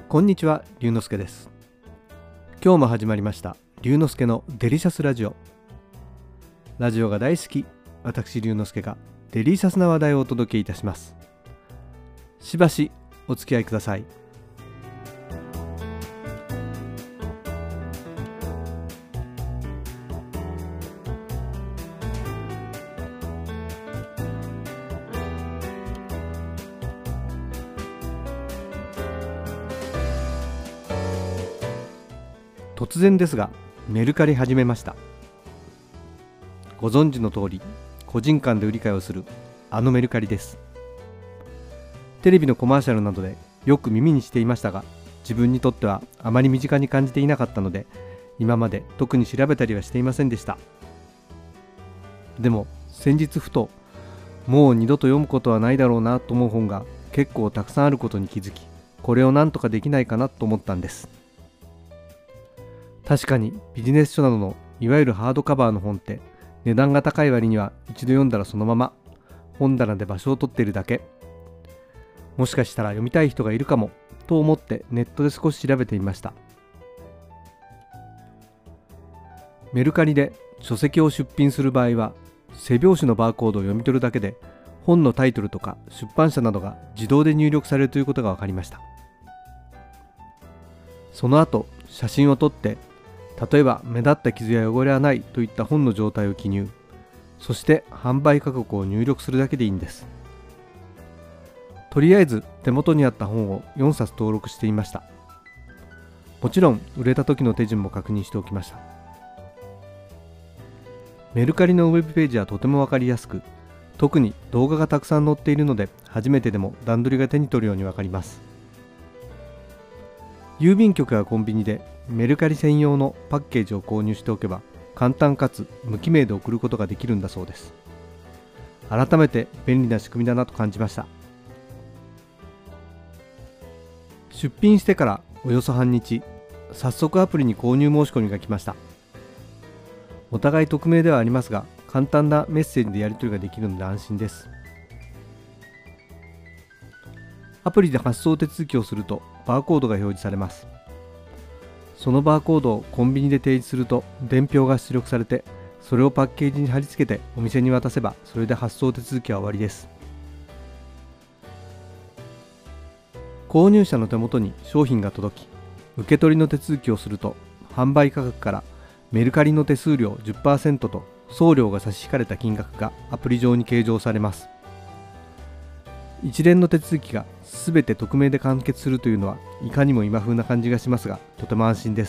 こんにちは、龍之介です。今日も始まりました龍之介のデリシャスラジオ。ラジオが大好き、私龍之介がデリシャスな話題をお届けいたします。しばしお付き合いください。突然ですが、メルカリ始めました。ご存知の通り、個人間で売り買いをするあのメルカリです。テレビのコマーシャルなどでよく耳にしていましたが、自分にとってはあまり身近に感じていなかったので、今まで特に調べたりはしていませんでした。でも先日ふと、もう二度と読むことはないだろうなと思う本が結構たくさんあることに気づき、これをなんとかできないかなと思ったんです。確かにビジネス書などのいわゆるハードカバーの本って値段が高い割には一度読んだらそのまま本棚で場所を取っているだけ。もしかしたら読みたい人がいるかもと思ってネットで少し調べてみました。メルカリで書籍を出品する場合は、背表紙のバーコードを読み取るだけで本のタイトルとか出版社などが自動で入力されるということが分かりました。その後写真を撮って、例えば目立った傷や汚れはないといった本の状態を記入、そして販売価格を入力するだけでいいんです。とりあえず手元にあった本を4冊登録していました。もちろん売れた時の手順も確認しておきました。メルカリのウェブページはとてもわかりやすく、特に動画がたくさん載っているので、初めてでも段取りが手に取るようにわかります。郵便局やコンビニでメルカリ専用のパッケージを購入しておけば、簡単かつ無記名で送ることができるんだそうです。改めて便利な仕組みだなと感じました。出品してからおよそ半日、早速アプリに購入申し込みが来ました。お互い匿名ではありますが、簡単なメッセージでやり取りができるので安心です。アプリで発送手続きをするとバーコードが表示されます。そのバーコードをコンビニで提示すると伝票が出力されて、それをパッケージに貼り付けてお店に渡せば、それで発送手続きは終わりです。購入者の手元に商品が届き、受け取りの手続きをすると、販売価格からメルカリの手数料 10% と送料が差し引かれた金額がアプリ上に計上されます。一連の手続きがすべて匿名で完結するというのは、いかにも今風な感じがしますが、とても安心です。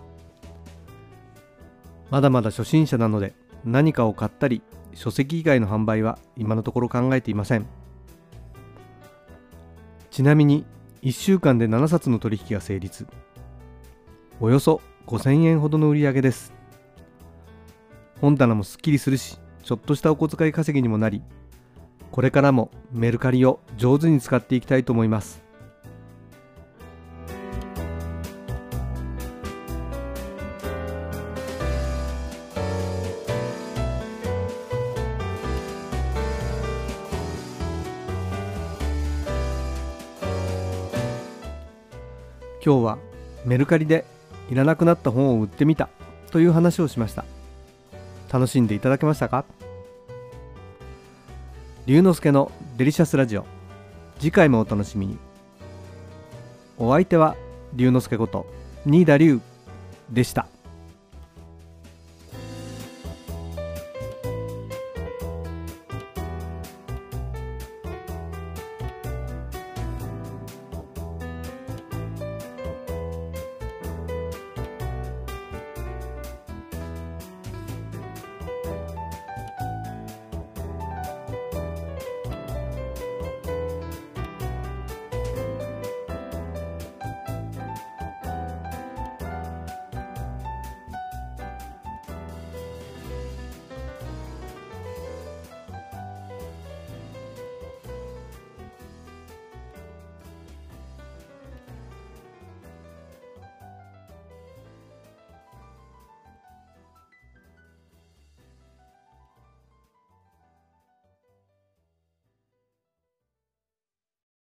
まだまだ初心者なので、何かを買ったり書籍以外の販売は今のところ考えていません。ちなみに1週間で7冊の取引が成立、およそ5000円ほどの売り上げです。本棚もすっきりするし、ちょっとしたお小遣い稼ぎにもなり、これからもメルカリを上手に使っていきたいと思います。今日はメルカリでいらなくなった本を売ってみたという話をしました。楽しんでいただけましたか？龍之介のデリシャスラジオ、次回もお楽しみに。お相手は龍之介こと新田龍でした。